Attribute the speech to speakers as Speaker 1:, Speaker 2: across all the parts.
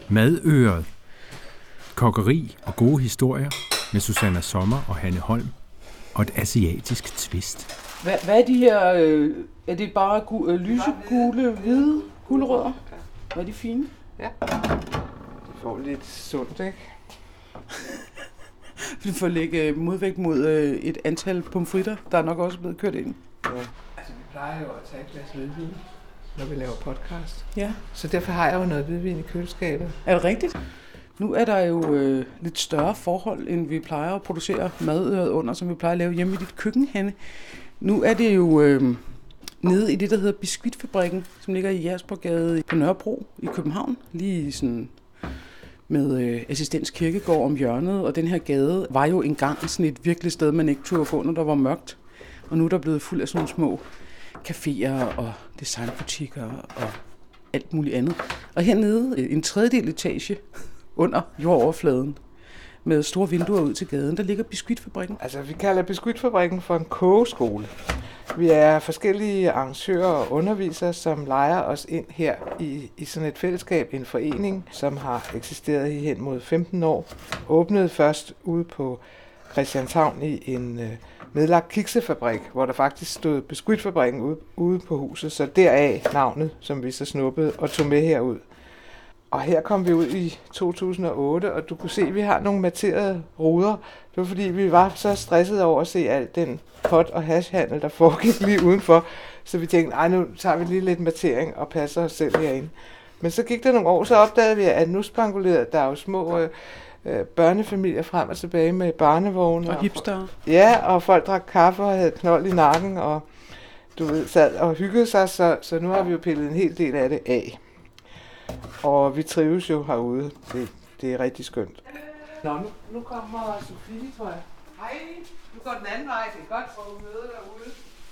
Speaker 1: Madøret. Kokkeri og gode historier med Susanna Sommer og Hanne Holm. Og et asiatisk twist.
Speaker 2: Hvad er de her? Er det bare lysegule, hvide gulerødder? Var de fine?
Speaker 3: Ja. De får lidt sundt, ikke?
Speaker 2: Vi får lægge modvægt mod et antal pomfritter, der er nok også blevet kørt ind.
Speaker 3: Ja. Altså, vi plejer jo at tage et glas hvidvin, når vi laver podcast.
Speaker 2: Ja.
Speaker 3: Så derfor har jeg jo noget hvidvin i køleskabet.
Speaker 2: Er det rigtigt? Nu er der jo lidt større forhold, end vi plejer at producere madøret under, som vi plejer at lave hjemme i dit køkken, Hanne. Nu er det jo nede i det, der hedder Biskuitfabrikken, som ligger i Jægersborggade på Nørrebro i København. Lige sådan med Assistens Kirkegård om hjørnet, og den her gade var jo engang sådan et virkelig sted, man ikke turde gå, når der var mørkt. Og nu er der blevet fuld af sådan nogle små caféer og designbutikker og alt muligt andet. Og hernede, en tredjedel etage under jordoverfladen, med store vinduer ud til gaden, der ligger Biskuitfabrikken.
Speaker 3: Altså, vi kalder Biskuitfabrikken for en kogeskole. Vi er forskellige arrangører og undervisere, som lejer os ind her i sådan et fællesskab, en forening, som har eksisteret i hen mod 15 år. Åbnede først ude på Christianshavn i en nedlagt kiksefabrik, hvor der faktisk stod Biskuitfabrikken ude på huset, så deraf navnet, som vi så snuppede og tog med herud. Og her kom vi ud i 2008, og du kunne se, at vi har nogle matterede ruder. Det var fordi, vi var så stressede over at se alt den pot- og hashhandel, der foregik lige udenfor. Så vi tænkte, nu tager vi lige lidt mattering og passer os selv herinde. Men så gik der nogle år, så opdagede vi, at nu spangulerede der jo små børnefamilier frem og tilbage med barnevogne.
Speaker 2: Og hipster.
Speaker 3: Ja, og folk drak kaffe og havde knold i nakken, og du ved, sad og hyggede sig, så nu har vi jo pillet en hel del af det af. Og vi trives jo herude. Det er rigtig skønt. Nå, nu kommer Sofie, tror jeg. Hej, du går den anden vej. Det er godt, at møde derude.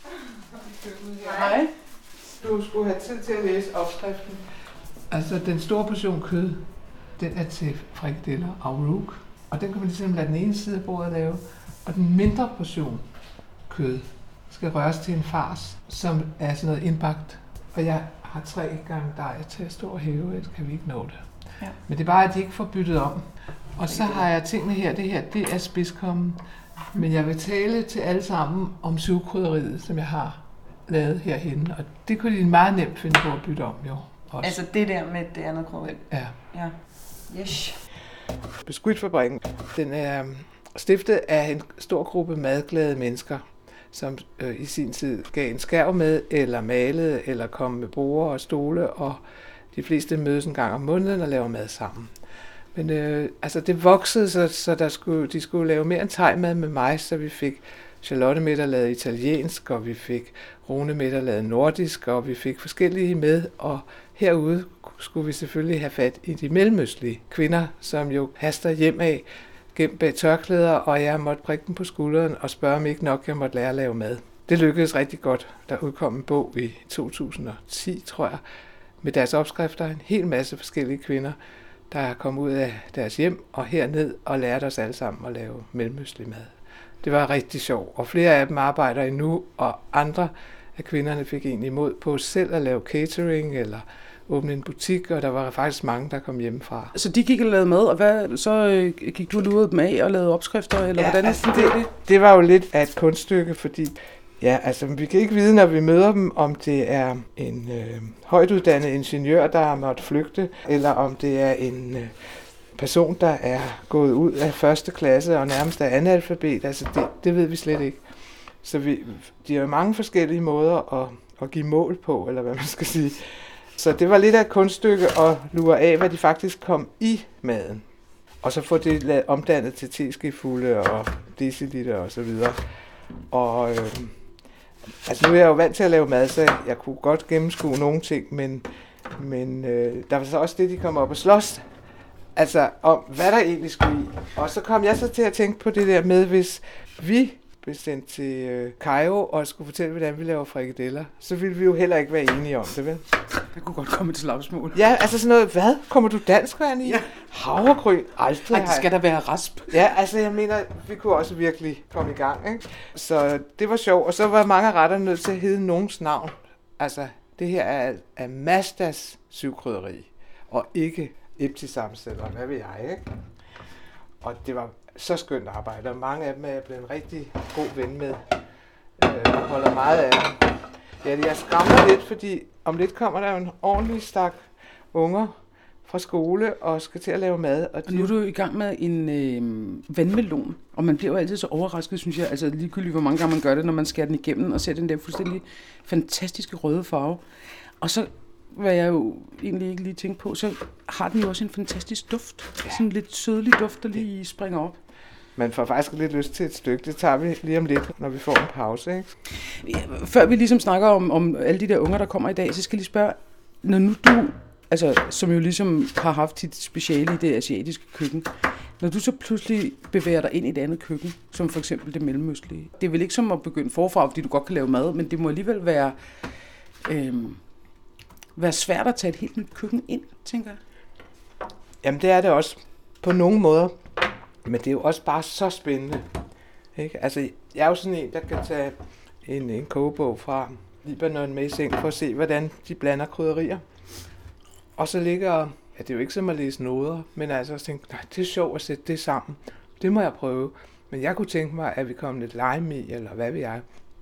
Speaker 2: Hej.
Speaker 3: Du skulle have tid til at læse opskriften. Altså, den store portion kød, den er til frikadeller og roux. Og den kan man ligesom lade den ene side af bordet lave. Og den mindre portion kød skal røres til en fars, som er sådan noget indbagt. Og jeg har 3 gange dej til at stå og hæve, ellers kan vi ikke nå det. Ja. Men det er bare, at de ikke får byttet om. Og så har jeg tingene her. Det er spidskommen. Men jeg vil tale til alle sammen om sugekrydderiet, som jeg har lavet herhenne. Og det kunne de meget nemt finde på at bytte om, jo. Også.
Speaker 4: Altså det der med det andet krydderi?
Speaker 3: Ja.
Speaker 4: Ja. Yes.
Speaker 3: Biskuitfabrikken, den er stiftet af en stor gruppe madglade mennesker, som i sin tid gav en skærv med, eller malede, eller kom med borde og stole, og de fleste mødes en gang om måneden og laver mad sammen. Men altså det voksede, så de skulle lave mere end thai-mad med mig, så vi fik Charlotte med, der lavede italiensk, og vi fik Rune med, der lavede nordisk, og vi fik forskellige med, og herude skulle vi selvfølgelig have fat i de mellemøstlige kvinder, som jo haster hjem af, gemt bag tørklæder, og jeg måtte prikke dem på skulderen og spørge, om ikke nok jeg måtte lære at lave mad. Det lykkedes rigtig godt. Der udkom en bog i 2010, tror jeg, med deres opskrifter. En hel masse forskellige kvinder, der kom ud af deres hjem og herned og lærte os alle sammen at lave mellemøstlig mad. Det var rigtig sjovt, og flere af dem arbejder endnu, og andre af kvinderne fik egentlig imod på selv at lave catering eller åbne en butik, og der var faktisk mange, der kom hjemmefra.
Speaker 2: Så de gik og lavede mad, og så gik du og lurede dem af og lavede opskrifter, eller
Speaker 3: ja,
Speaker 2: hvordan
Speaker 3: altså det var jo lidt af et kunststykke, fordi vi kan ikke vide, når vi møder dem, om det er en højtuddannet ingeniør, der har måttet flygte, eller om det er en person, der er gået ud af første klasse og nærmest er analfabet. Altså det ved vi slet ikke. Så de har jo mange forskellige måder at give mål på, eller hvad man skal sige. Så det var lidt af et kunststykke at lure af, hvad de faktisk kom i maden. Og så få det omdannet til teskefulde og deciliter og så videre. Og altså nu er jeg jo vant til at lave mad, så jeg kunne godt gennemskue nogle ting, men der var så også det, de kom op og slås. Altså om, hvad der egentlig skulle i. Og så kom jeg så til at tænke på det der med, hvis vi blev sendt til Kairo og skulle fortælle, hvordan vi laver frikadeller, så ville vi jo heller ikke være enige om det, vel?
Speaker 2: Det kunne godt komme til slagsmål.
Speaker 3: Ja, altså sådan noget, hvad? Kommer du danskvand i? Ja. Havregryn? Aldrig.
Speaker 2: Ej, det skal der være rasp.
Speaker 3: Ja, altså jeg mener, vi kunne også virkelig komme i gang, ikke? Så det var sjovt, og så var mange retter nødt til at hedde nogens navn. Altså, det her er Mazdas sugekrydderi, og ikke epti-sammensætter, hvad ved jeg, ikke? Og det var så skønt arbejde, og mange af dem er jeg blevet en rigtig god ven med. Jeg holder meget af dem. Ja, jeg skræmmer lidt, fordi om lidt kommer der en ordentlig stak unger fra skole og skal til at lave mad.
Speaker 2: Og nu er du i gang med en vandmelon, og man bliver jo altid så overrasket, synes jeg, altså ligegyldigt hvor mange gange man gør det, når man skærer den igennem og ser den der fuldstændig fantastiske røde farve. Og så, hvad jeg jo egentlig ikke lige tænkte på, så har den jo også en fantastisk duft. Ja. Sådan en lidt sødlig duft, der lige springer op.
Speaker 3: Man får faktisk lidt lyst til et stykke. Det tager vi lige om lidt, når vi får en pause, ikke?
Speaker 2: Ja, før vi ligesom snakker om alle de der unger, der kommer i dag, så skal jeg lige spørge, når nu du, altså som jo ligesom har haft dit speciale i det asiatiske køkken, når du så pludselig bevæger dig ind i et andet køkken, som for eksempel det mellemøstlige, det er vel ikke som at begynde forfra, fordi du godt kan lave mad, men det må alligevel være svært at tage et helt nyt køkken ind, tænker jeg.
Speaker 3: Jamen det er det også på nogle måder, men det er jo også bare så spændende. Ikke? Altså jeg er jo sådan en, der kan tage en kogebog fra Libanon med i seng for at se, hvordan de blander krydderier. Og så ligger, ja det er jo ikke som at læse noder, men altså at tænke, nej det er sjovt at sætte det sammen. Det må jeg prøve. Men jeg kunne tænke mig, at vi kom lidt lime i, eller hvad ved jeg.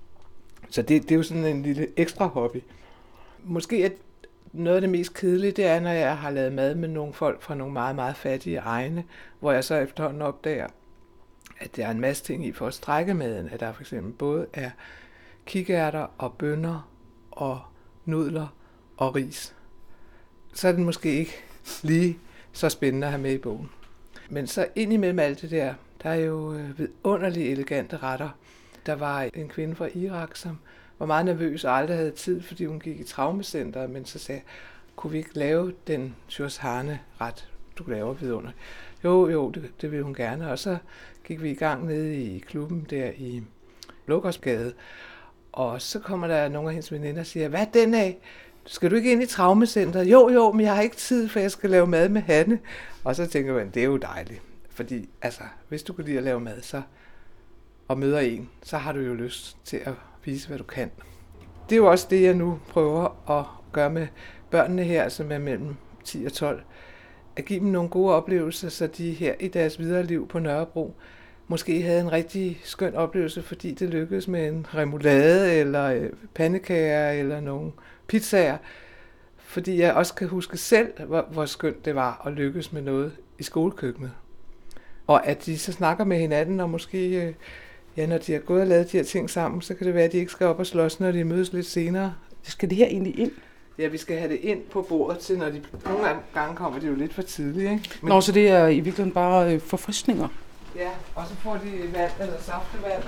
Speaker 3: Så det er jo sådan en lille ekstra hobby. Måske at noget af det mest kedelige, det er, når jeg har lavet mad med nogle folk fra nogle meget, meget fattige egne, hvor jeg så efterhånden opdager, at der er en masse ting i for at strække maden. At der for eksempel både er kikærter og bønner og nudler og ris. Så er det måske ikke lige så spændende at have med i bogen. Men så indimellem alt det der er jo vidunderligt elegante retter. Der var en kvinde fra Irak, som var meget nervøs og aldrig havde tid, fordi hun gik i traumacenteret, men så sagde, kunne vi ikke lave den Shoshane-ret, du laver vidunderligt? Jo, det ville hun gerne. Og så gik vi i gang nede i klubben der i Blågårdsgade, og så kommer der nogle af hendes veninder og siger, hvad er den af? Skal du ikke ind i traumacenteret? Jo, men jeg har ikke tid, for jeg skal lave mad med Hanne. Og så tænker man, det er jo dejligt, fordi altså, hvis du kan lide at lave mad, så og møder en, så har du jo lyst til at vise, hvad du kan. Det er jo også det, jeg nu prøver at gøre med børnene her, som er mellem 10 og 12. At give dem nogle gode oplevelser, så de her i deres videre liv på Nørrebro måske havde en rigtig skøn oplevelse, fordi det lykkedes med en remoulade eller pandekager eller nogle pizzaer. Fordi jeg også kan huske selv, hvor skønt det var at lykkes med noget i skolekøkkenet. Og at de så snakker med hinanden, og måske, når de har gået og lavet de her ting sammen, så kan det være, at de ikke skal op og slås, når de mødes lidt senere.
Speaker 2: Skal det her egentlig ind?
Speaker 3: Ja, vi skal have det ind på bordet til, når de nogle gange kommer de jo lidt for tidligt, ikke? Men,
Speaker 2: Nå, så det er i virkeligheden bare forfriskninger?
Speaker 3: Ja, og så får de vand eller saftevand,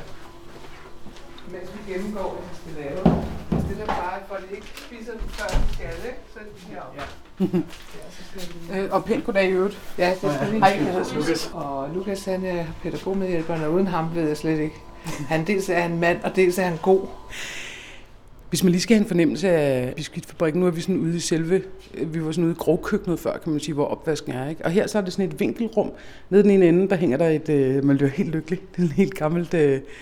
Speaker 3: mens vi gennemgår, hvad vi skal lave. Det er bare, for de ikke spiser den før de skal, ikke? Så er de heroppe. Ja.
Speaker 2: Og pænt goddag i øvrigt.
Speaker 3: Ja, det skal vi.
Speaker 2: Hej, Lukas.
Speaker 3: Og Lukas, han er pædagogmedhjælperen, og uden ham ved jeg slet ikke. Dels er han mand, og dels er han god.
Speaker 2: Hvis man lige skal have en fornemmelse af biskuitfabrikken, nu er vi sådan ude i vi var sådan ude i grovkøkkenet før, kan man sige, hvor opvasken er, ikke? Og her så er det sådan et vinkelrum. Nede den ene ende, der hænger der man bliver helt lykkelig, det er en helt gammelt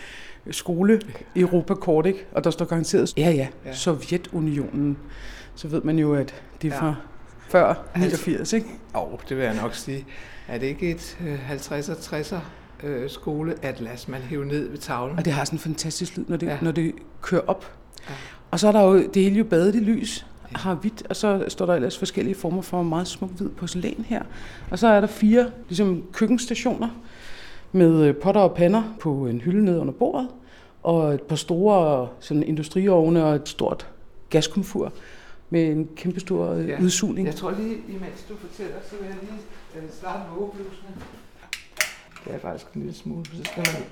Speaker 2: skole-Europa-kort, ikke? Og der står garanteret, ja, Sovjetunionen. Så ved man jo, at det er fra før 89, ikke?
Speaker 3: Det vil jeg nok sige. Er det ikke et 50'er, 60'er skoleatlas, man hæver ned ved tavlen?
Speaker 2: Og det har sådan en fantastisk lyd, når det kører op. Ja. Og så er der jo, det hele jo badet i lys, har hvidt, og så står der ellers forskellige former for meget smuk hvid porcelæn her. Og så er der 4 ligesom køkkenstationer med potter og pander på en hylde nede under bordet, og et par store sådan, industriovne og et stort gaskomfur med en kæmpestor udsugning.
Speaker 3: Jeg tror lige, imens du fortæller, så vil jeg lige starte med åblusene. Det er faktisk en lille smule, så skal man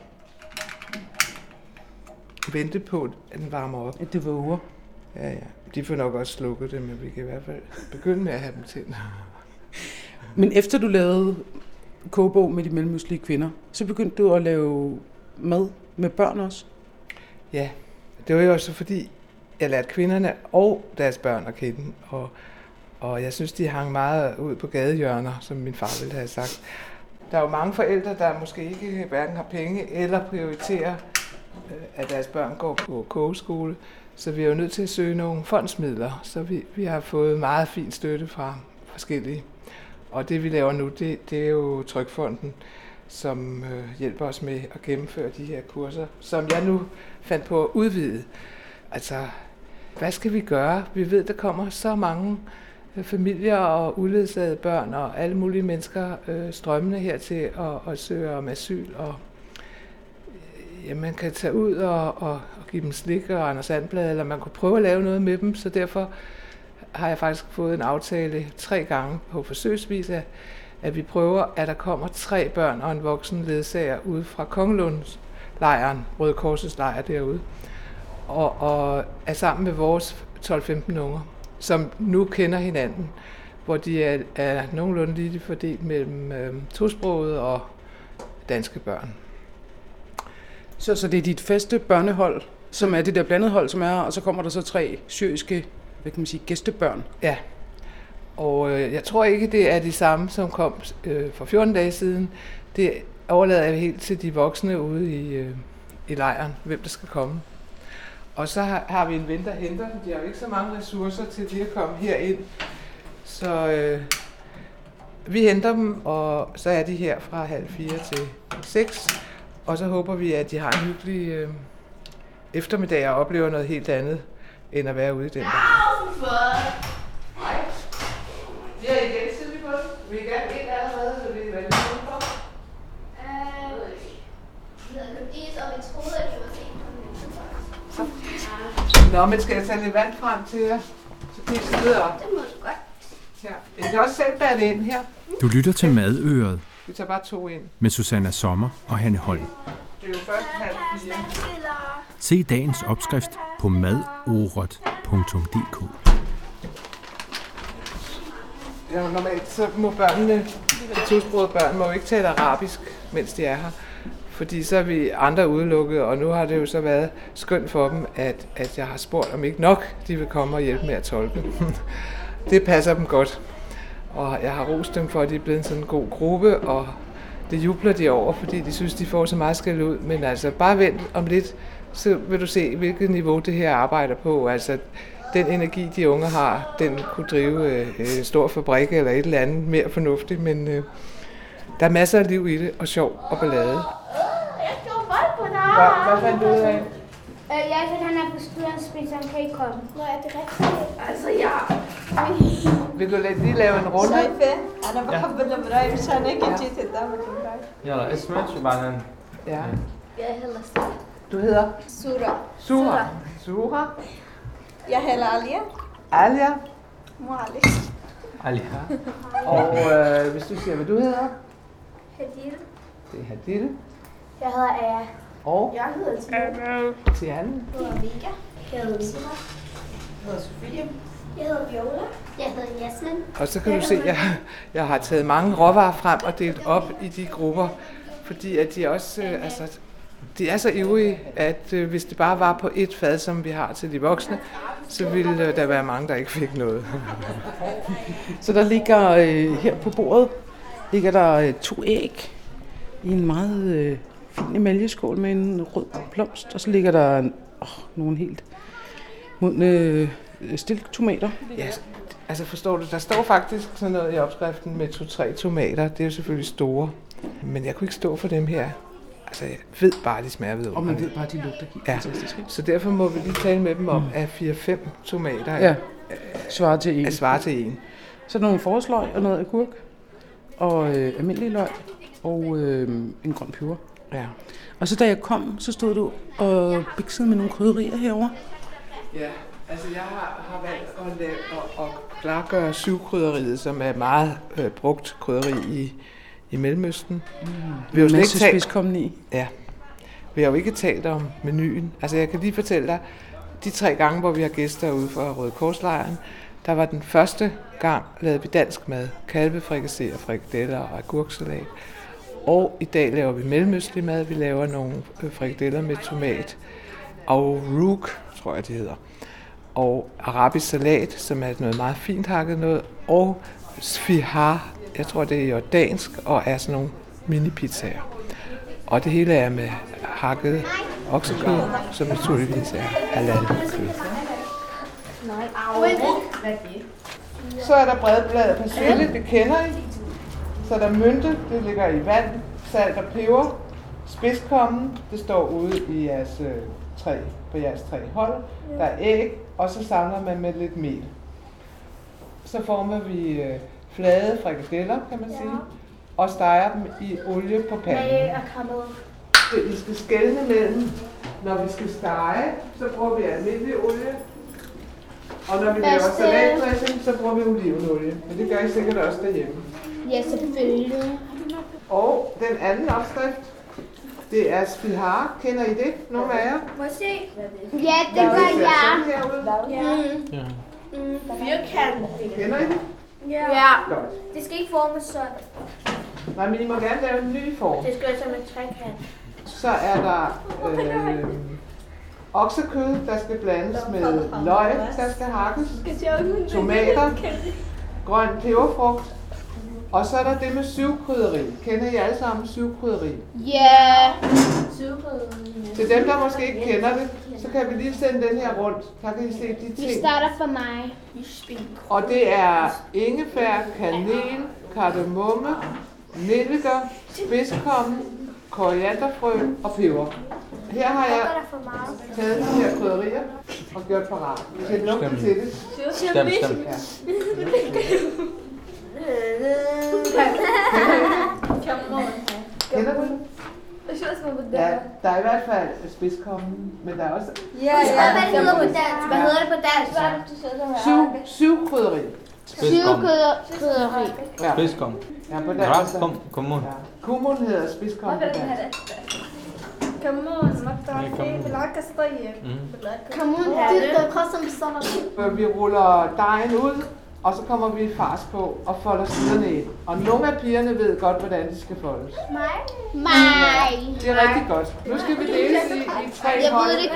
Speaker 3: vente på, at den varmer op.
Speaker 2: Det våger.
Speaker 3: Ja. De får nok også slukket det, men vi kan i hvert fald begynde med at have dem til.
Speaker 2: Men efter du lavede kogebog med de mellemøstlige kvinder, så begyndte du at lave mad med børn også?
Speaker 3: Ja, det var jo også fordi, jeg lærte kvinderne og deres børn at kende, og jeg synes, de hang meget ud på gadehjørner, som min far ville have sagt. Der er jo mange forældre, der måske ikke hverken har penge eller prioriterer, at deres børn går på kogeskole, så vi er jo nødt til at søge nogle fondsmidler, så vi har fået meget fin støtte fra forskellige. Og det vi laver nu, det er jo Trygfonden, som hjælper os med at gennemføre de her kurser, som jeg nu fandt på at udvide. Altså, hvad skal vi gøre? Vi ved, der kommer så mange familier og uledsagede børn og alle mulige mennesker strømmende hertil og søger om asyl. Og man kan tage ud og give dem slik og Anders And-blad, eller man kunne prøve at lave noget med dem, så derfor har jeg faktisk fået en aftale 3 gange på forsøgsvis, at vi prøver, at der kommer 3 børn og en voksen ledsager ude fra Kongelundslejren, Røde Korsets lejr derude, og er sammen med vores 12-15 unger, som nu kender hinanden, hvor de er nogenlunde lige fordelt mellem tosprogede og danske børn.
Speaker 2: Så det er dit faste børnehold, som er det der blandede hold, som er, og så kommer der så 3 syriske, hvad kan man sige, gæstebørn.
Speaker 3: Ja, og jeg tror ikke, det er de samme, som kom for 14 dage siden. Det overlader jeg helt til de voksne ude i lejren, hvem der skal komme. Og så har vi en ven, der henter dem. De har jo ikke så mange ressourcer til lige at komme herind. Så vi henter dem, og så er de her fra 3:30 til 6. Og så håber vi, at de har en hyggelig eftermiddag og oplever noget helt andet, end at være ude i den der. Hej. Vi er igen tidligt på det. Vi er gerne ind allerede, så vi er valgt udenfor.
Speaker 5: Vi havde købt is, og vi troede, at det var sent.
Speaker 3: Nå, men skal jeg tage lidt vand frem til jer? Så kan I sidde op.
Speaker 5: Det må du godt.
Speaker 3: Ja. I kan også selv bære det ind her.
Speaker 1: Du lytter til Madøret
Speaker 3: Vi tager bare 2 ind.
Speaker 1: med Susanna Sommer og Hanne Holm.
Speaker 3: Det er jo først 3:30.
Speaker 1: Se dagens opskrift på madoret.dk.
Speaker 3: Ja, normalt så må børnene, de tosprogede børn, må jo ikke tale arabisk, mens de er her. Fordi så er vi andre udelukket, og nu har det jo så været skønt for dem, at jeg har spurgt, om ikke nok de vil komme og hjælpe med at tolke. Det passer dem godt. Og jeg har rost dem for, at de er blevet en sådan god gruppe, og det jubler de over, fordi de synes, de får så meget skæld ud. Men altså, bare vent om lidt, så vil du se, hvilket niveau det her arbejder på. Altså, den energi, de unge har, den kunne drive en stor fabrik eller et eller andet mere fornuftigt, men der er masser af liv i det, og sjov og ballade.
Speaker 5: Jeg slår bold på dig.
Speaker 3: Hvad fandt du ud af?
Speaker 5: Jeg ved, han er på studenterspil, så han kan ikke komme. Nå, er det rigtigt? Altså, ja.
Speaker 3: Vil du lige lave en runde?
Speaker 4: شايفة أنا بحب المراية مشان هيك جيت قدامك المراية.
Speaker 6: يلا اسمك وبعدين
Speaker 3: Ja.
Speaker 5: Jeg hedder Sara.
Speaker 3: Du hedder?
Speaker 5: Sura.
Speaker 3: Sura. Sura.
Speaker 4: يا هلا عليا
Speaker 3: Alia.
Speaker 4: معلش.
Speaker 6: عليها.
Speaker 3: Og hvis du siger, hvad du hedder?
Speaker 5: Hadil.
Speaker 3: Det er Hadil.
Speaker 5: Jeg hedder Aya.
Speaker 3: Og
Speaker 5: Jeg hedder Tina.
Speaker 3: Tian.
Speaker 5: Jeg hedder Vika. Jeg hedder Sira.
Speaker 4: Jag heter Sofia.
Speaker 5: Jeg hedder Viola. Jeg hedder Jasmin.
Speaker 3: Og så kan du se, at jeg har taget mange råvarer frem og delt op i de grupper, fordi at de også, de er så ivrige, at hvis det bare var på et fad, som vi har til de voksne, så ville der være mange, der ikke fik noget.
Speaker 2: Så der ligger her på bordet, ligger der 2 æg i en meget fin emaljeskål med en rød blomst, og så ligger der nogle helt modne stilktomater.
Speaker 3: Ja, altså forstår du, der står faktisk sådan noget i opskriften med 2-3 tomater. Det er jo selvfølgelig store, men jeg kunne ikke stå for dem her. Altså, jeg ved bare, at de smager
Speaker 2: Og man
Speaker 3: vidunderligt.
Speaker 2: ved bare, at de lugter helt
Speaker 3: Ja,
Speaker 2: fantastisk. Ikke?
Speaker 3: så derfor må vi lige tale med dem om, at 4-5 tomater
Speaker 2: Ja, svarer til
Speaker 3: er
Speaker 2: en.
Speaker 3: svaret til en.
Speaker 2: Så er der nogle forårsløg og noget agurk, og almindelig løg, og en grøn peber.
Speaker 3: Ja.
Speaker 2: Og så da jeg kom, så stod du og biksede med nogle krydderier herovre.
Speaker 3: Ja, altså jeg har valgt at lave og klargøre syvkrydderiet, som er meget brugt krydderi i Mellemøsten. Vi har jo slet ikke
Speaker 2: Masse
Speaker 3: talt,
Speaker 2: spidskommen i.
Speaker 3: ja, vi har jo ikke talt om menuen. Altså jeg kan lige fortælle dig, de 3 gange, hvor vi har gæster ude fra Røde Korslejren, der var den første gang, lavede vi dansk mad, kalvefrikassé og frikadeller og agurksalat. Og i dag laver vi mellemøstlig mad. Vi laver nogle frikadeller med tomat og rook, tror jeg det hedder. Og arabisk salat, som er noget meget fint hakket noget. Og sfihar, jeg tror det er jordansk, og er sådan nogle mini-pizzaer. Og det hele er med hakket oksekød, som naturligvis er halal-kød. Så er der bredbladet persille, det kender I. Så er der mynte, det ligger i vand, salt og peber. Spidskommen, det står ude i jeres træ, på jeres træhold. Der er æg, og så samler man med lidt mel. Så former vi flade frikadeller, kan man sige, og steger dem i olie på panden. Vi skal skelne mellem, når vi skal stege, så bruger vi almindelig olie. Og når vi laver salatdressing, så bruger vi olivenolie. Men det gør I sikkert også derhjemme.
Speaker 5: Ja, selvfølgelig.
Speaker 3: Og den anden opskrift, det er spihar. Kender I det? Nogle af jer?
Speaker 5: Må jeg se? Ja, det gør jeg.
Speaker 6: Ja.
Speaker 5: Firkant.
Speaker 3: Kender I det?
Speaker 5: Ja.
Speaker 3: Godt.
Speaker 5: Det skal ikke formes sådan.
Speaker 3: Nej, men I må gerne lave en ny form.
Speaker 5: Det skal være som en trekant.
Speaker 3: Så er der oksekød, der skal blandes med løg, der skal hakkes, tomater, grøn peberfrugt, og så er der det med syvkrydderi. Kender I alle sammen syvkrydderi?
Speaker 5: Ja.
Speaker 3: Til dem, der måske ikke kender det, så kan vi lige sende den her rundt. Så kan I se de ting.
Speaker 5: Vi starter for mig.
Speaker 3: Og det er ingefær, kanel, kardemomme, nellike, spidskommen, korianderfrø og peber. Her har jeg taget de her krydderier og gjort parat. Vi kan lugte til det.
Speaker 6: Stem.
Speaker 3: Ja. Kender du det? Ja, der er i hvert fald spidskommen, men der er også...
Speaker 5: Hvad hedder det på dansk?
Speaker 3: Syvkrydderi.
Speaker 5: Syvkrydderi.
Speaker 3: Ja.
Speaker 6: Spidskom.
Speaker 3: Ja, på dansk.
Speaker 6: Kummun.
Speaker 3: Ja. Kummun hedder spidskommen på dansk. Vi ruller dejen ud, og så kommer vi fars på og folder siderne ind. Og nogle af pigerne ved godt, hvordan de skal foldes.
Speaker 5: Mig.
Speaker 3: Det er rigtig godt. Nu skal vi deles i 3
Speaker 5: Jeg
Speaker 3: hold.
Speaker 5: ved det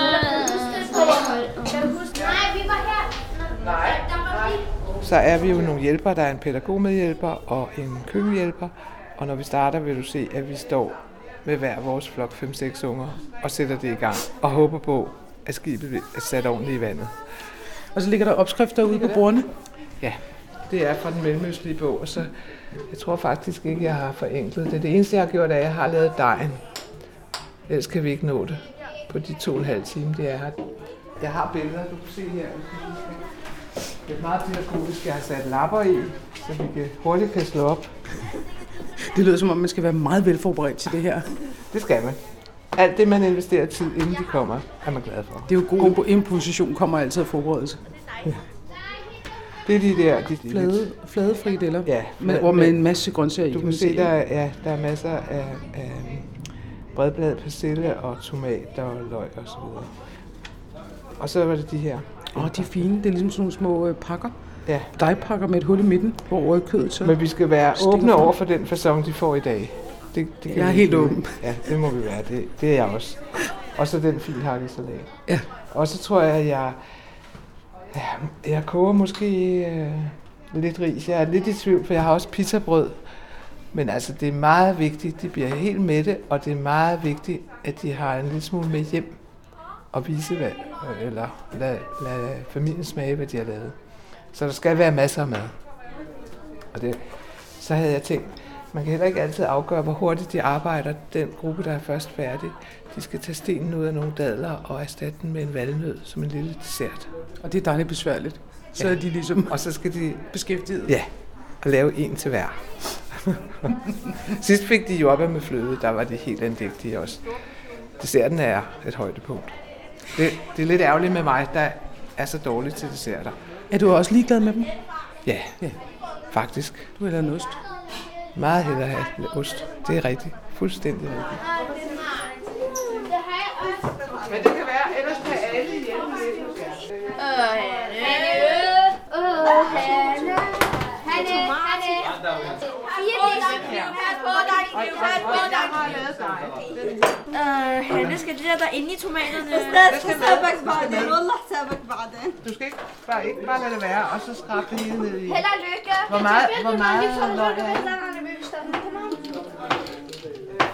Speaker 5: godt. Nej, vi var her.
Speaker 3: Nej. Så er vi jo nogle hjælpere. Der er en pædagogmedhjælper og en køkkenhjælper. Og når vi starter, vil du se, at vi står med hver vores flok 5-6 unger og sætter det i gang. Og håber på, at skibet er sat ordentligt i vandet.
Speaker 2: Og så ligger der opskrifter ude på bordene.
Speaker 3: Ja, det er fra den mellemøstlige bog, og så jeg tror faktisk ikke, jeg har forenklet det. Det eneste, jeg har gjort, er, at jeg har lavet dejen. Ellers kan vi ikke nå det på de 2,5 timer, det er her. Jeg har billeder, du kan se her. Det er meget pædagogisk, jeg har sat lapper i, så vi hurtigt kan slå op.
Speaker 2: Det lyder som om, man skal være meget velforberedt til det her.
Speaker 3: Det skal man. Alt det, man investerer tid, inden de kommer, er man glad for.
Speaker 2: Det er jo god imposition, kommer altid af forberedelse.
Speaker 3: Ja. Det er de der...
Speaker 2: Flade frikadeller,
Speaker 3: ja,
Speaker 2: med en masse grøntsager i.
Speaker 3: Du kan se, der er masser af bredbladet persille og tomat og løg og så videre. Og så var det de her.
Speaker 2: De er fine. Det er ligesom sådan nogle små pakker.
Speaker 3: Ja.
Speaker 2: Dejpakker med et hul i midten, hvor kødet så...
Speaker 3: Men vi skal være åbne over for den facon, de får i dag. Det kan
Speaker 2: jeg er helt åben.
Speaker 3: Ja, det må vi være. Det er jeg også. Og så den filhakket salat.
Speaker 2: Ja.
Speaker 3: Og så tror jeg, at jeg koger måske lidt ris. Jeg er lidt i tvivl, for jeg har også pizzabrød. Men altså, det er meget vigtigt. De bliver helt mætte, og det er meget vigtigt, at de har en lille smule med hjem og vise, eller lade familien smage, hvad de har lavet. Så der skal være masser af mad. Og så havde jeg tænkt, man kan heller ikke altid afgøre, hvor hurtigt de arbejder. Den gruppe, der er først færdig, de skal tage stenen ud af nogle dadler og erstatte den med en valnød som en lille dessert.
Speaker 2: Og det er dejligt besværligt. Så er de ligesom
Speaker 3: og så skal de
Speaker 2: beskæftiget.
Speaker 3: Ja, og lave en til hver. Sidst fik de jordbær med fløde, der var de helt andægtige også. Desserten er et højdepunkt. Det er lidt ærgerligt med mig, der er så dårligt til desserter.
Speaker 2: Er du også ligeglad med dem?
Speaker 3: Ja, faktisk.
Speaker 2: Du vil have en ost?
Speaker 3: Meget hellere have ost. Det er rigtigt. Fuldstændig rigtigt. Men det kan være, ellers kan alle hjælpe lidt.
Speaker 7: Hanne, skal det der inde i tomaterne?
Speaker 3: Du skal ikke bare lade det være, og så skrabe det hele ned i.
Speaker 5: Held og lykke.
Speaker 3: Hvor meget løg er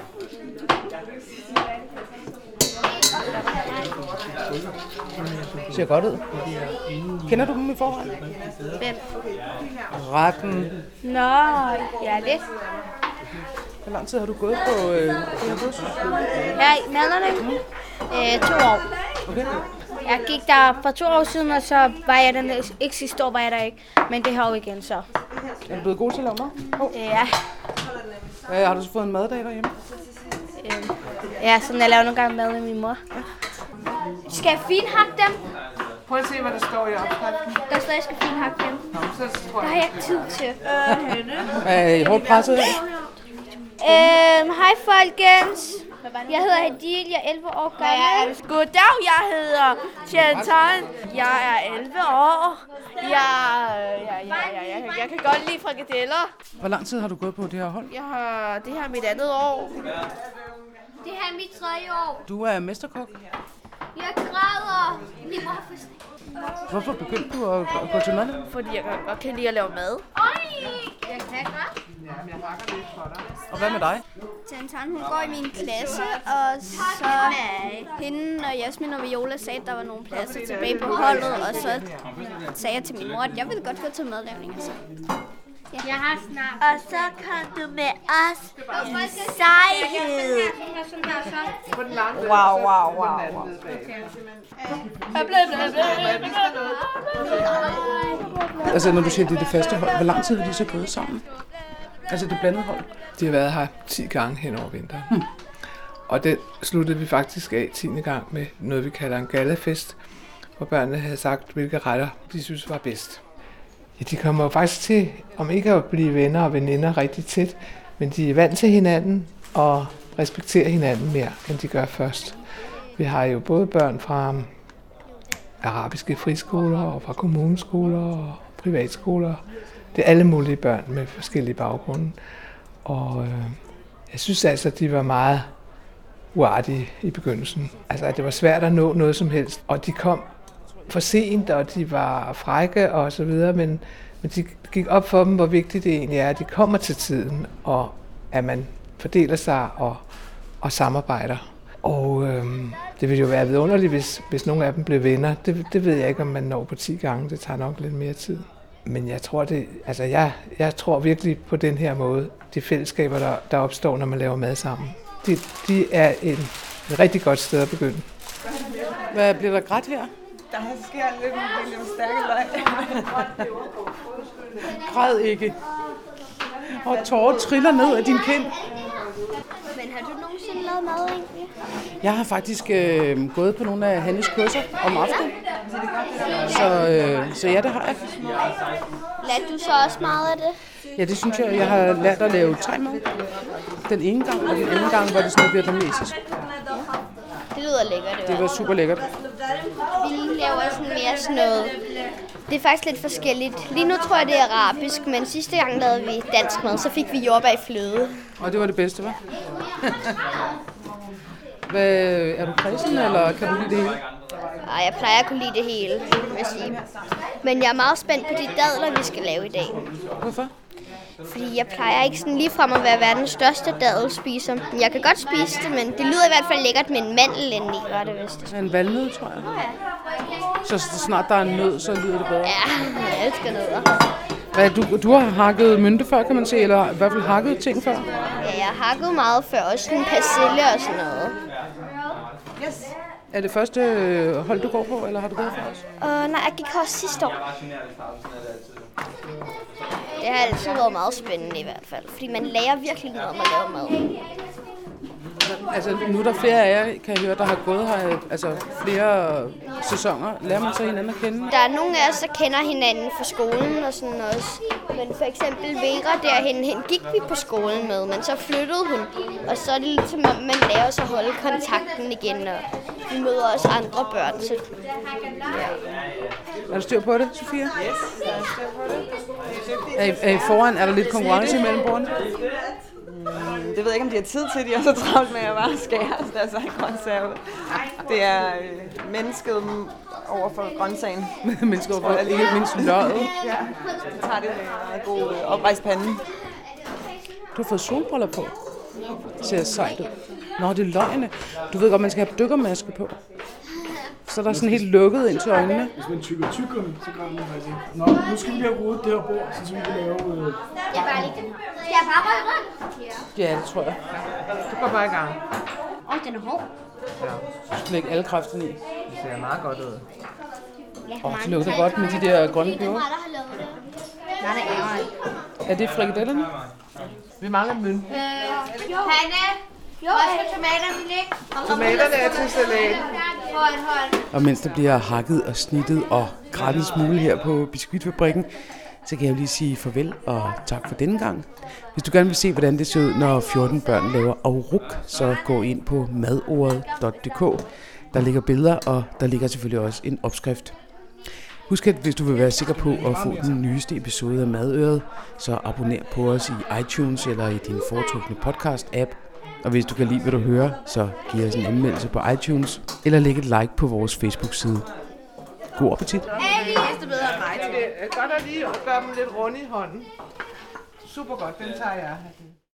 Speaker 3: det?
Speaker 2: Ser godt ud. Kender du dem i forvejen?
Speaker 5: Hvem?
Speaker 2: Retten.
Speaker 5: Nå, ja lidt.
Speaker 2: Hvor lang tid har du gået på det her bus?
Speaker 5: Her i Maderne? 2 år.
Speaker 2: Okay.
Speaker 5: Jeg gik der for 2 år siden, og så var jeg der ikke sidste år, var jeg der ikke. Men det har jo igen så.
Speaker 2: Er du blevet god til at lave mad?
Speaker 5: Ja.
Speaker 2: Har du så fået en maddag derhjemme?
Speaker 5: Ja, sådan jeg laver nogle gange mad med min mor. Skal jeg finhakke dem?
Speaker 3: Prøv at se, hvad der står i opskriften.
Speaker 5: Der står, jeg skal finhakke dem.
Speaker 3: Nå, så tror
Speaker 5: Der har jeg ikke tid til.
Speaker 2: Er I hårdt presset?
Speaker 5: Hej folkens. Jeg hedder Hadil, jeg er 11 år gammel.
Speaker 7: Goddag, jeg hedder Chantal. Jeg er 11 år. Jeg kan godt lide frikadeller.
Speaker 2: Hvor lang tid har du gået på det her hold?
Speaker 7: Det her er mit andet år.
Speaker 5: Det her er mit 3. år.
Speaker 2: Du er mesterkok.
Speaker 5: Jeg græder.
Speaker 2: Hvorfor begyndte du at gå til mad?
Speaker 7: Fordi jeg godt kan lide at lave mad.
Speaker 5: Jeg kan godt.
Speaker 2: Og hvad med dig?
Speaker 8: Tantan, hun går i min klasse, og så hende og Jasmin og Viola sagde, at der var nogle pladser tilbage på holdet, og så sagde jeg til min mor, at jeg ville godt gå til madlavning. Altså.
Speaker 5: Ja. Jeg har snart.
Speaker 7: Og så kom du med os i sejhed.
Speaker 3: Wow.
Speaker 2: Altså, når du siger, det er det faste hold, hvor lang tid har de så gået sammen? Altså det blandede hold?
Speaker 3: De har været her 10 gange hen over vinteren. Og det sluttede vi faktisk af 10. gang med noget, vi kalder en gallafest, hvor børnene havde sagt, hvilke retter de synes var bedst. Ja, de kommer jo faktisk til, om ikke at blive venner og veninder rigtig tæt, men de er vant til hinanden og respekterer hinanden mere, end de gør først. Vi har jo både børn fra arabiske friskoler og fra kommuneskoler og privatskoler. Det er alle mulige børn med forskellige baggrunde. Og jeg synes altså, at de var meget uartige i begyndelsen. Altså, at det var svært at nå noget som helst. Og de kom for sent, og de var frække og så videre, men de gik op for dem, hvor vigtigt det egentlig er, at de kommer til tiden, og at man fordeler sig og samarbejder. Og det ville jo være vidunderligt, hvis nogle af dem blev venner. Det ved jeg ikke, om man når på 10 gange. Det tager nok lidt mere tid. Men jeg tror, jeg tror virkelig på den her måde, de fællesskaber, der opstår, når man laver mad sammen. De er et rigtig godt sted at begynde.
Speaker 2: Hvad bliver der grædt her?
Speaker 4: Der sker lidt stærke løg.
Speaker 2: Græd ikke. Og tårer triller ned af din kind.
Speaker 8: Men har du nogensinde lavet mad egentlig?
Speaker 2: Jeg har faktisk gået på nogle af Hannes kurser om aftenen. Så ja, det har jeg.
Speaker 8: Lærte du så også meget af det?
Speaker 2: Ja, det synes jeg. Jeg har lært at lave thai-mad. Den ene gang, og den anden gang var det sådan noget vietnamesisk.
Speaker 8: Det lyder lækkert.
Speaker 2: Det var super lækkert.
Speaker 8: Vi laver sådan mere sådan noget. Det er faktisk lidt forskelligt. Lige nu tror jeg, det er arabisk, men sidste gang lavede vi dansk mad, så fik vi jordbær i fløde.
Speaker 2: Og det var det bedste, hva'? Er du kredsen, eller kan du lide det hele?
Speaker 8: Ej, jeg plejer at kunne lide det hele, vil jeg sige. Men jeg er meget spændt på de dadler, vi skal lave i dag.
Speaker 2: Hvorfor?
Speaker 8: Fordi jeg plejer ikke sådan ligefrem at være verdens største dadelspiser. Jeg kan godt spise det, men det lyder i hvert fald lækkert med en mandel indeni, var det vist.
Speaker 2: En valnød, tror jeg. Så snart der er en nød, så lyder det bedre.
Speaker 8: Ja, jeg elsker nødder.
Speaker 2: Du har hakket mynte før, kan man se, eller i hvert fald hakket ting før?
Speaker 8: Ja, jeg har hakket meget før, også sådan persille og sådan noget.
Speaker 2: Er det første hold, du går på, eller har du gået for os?
Speaker 8: Nej, jeg gik også sidste år. Det har altid været meget spændende i hvert fald, fordi man lærer virkelig noget om at lave mad.
Speaker 2: Altså, nu er der flere af jer, kan jeg høre, der har gået her flere sæsoner. Lærer man så hinanden at kende?
Speaker 8: Der er nogle af os, der kender hinanden fra skolen og sådan også. Men for eksempel Vera derhen gik vi på skolen med, men så flyttede hun. Og så er det lidt som om, man lærer os at holde kontakten igen, og vi møder også andre børn. Så
Speaker 2: Er du styr på det, Sofia?
Speaker 4: Yes, jeg er styr på det.
Speaker 2: Er I foran? Er der lidt konkurrence imellem bordene?
Speaker 4: Det ved jeg ikke, om de har tid til. De er så travlt med at bare skære deres egen grøntsager ud. Det er mennesket over for grøntsagen.
Speaker 2: Mennesket over for, ikke mindst løget.
Speaker 4: Ja, det tager det med god oprejst pande.
Speaker 2: Du har fået solbriller på. Det ser sejt ud. Nå, det er løgne. Du ved godt, man skal have dykkermaske på. så der er sådan helt lukket ind til øjnene.
Speaker 9: Hvis man tykker tyggegummi, så gør man faktisk ikke. Nå, nu skal vi lige have rodet det her bord, så vi kan lave...
Speaker 8: Jeg bare lige den. Skal jeg bare røre rundt?
Speaker 2: Ja, det tror jeg.
Speaker 3: Du går bare i gang.
Speaker 8: Den er hård.
Speaker 3: Ja,
Speaker 2: Du skal lægge alle kræfterne i.
Speaker 3: det ser meget godt ud.
Speaker 2: Det lugter godt med de der grønne peber.
Speaker 8: Der har lavet det. Nej, det er
Speaker 2: Er det frikadellerne?
Speaker 3: Vi mangler møn.
Speaker 8: Hanne! Jo, hvor skal tomaterne ligge?
Speaker 3: Tomaterne er til salat.
Speaker 8: Hold.
Speaker 2: Og mens der bliver hakket og snittet og grættet smule her på Biskuitfabrikken, så kan jeg jo lige sige farvel og tak for denne gang. Hvis du gerne vil se, hvordan det ser ud, når 14 børn laver auruk, så gå ind på madordet.dk. Der ligger billeder, og der ligger selvfølgelig også en opskrift. Husk, at hvis du vil være sikker på at få den nyeste episode af Madøret, så abonner på os i iTunes eller i din foretrukne podcast-app. Og hvis du kan lide, hvad du hører, så giv os en anmeldelse på iTunes, eller læg et like på vores Facebook-side. God appetit.
Speaker 3: Det er godt at lige gøre dem lidt runde i hånden. Super godt, den tager jeg.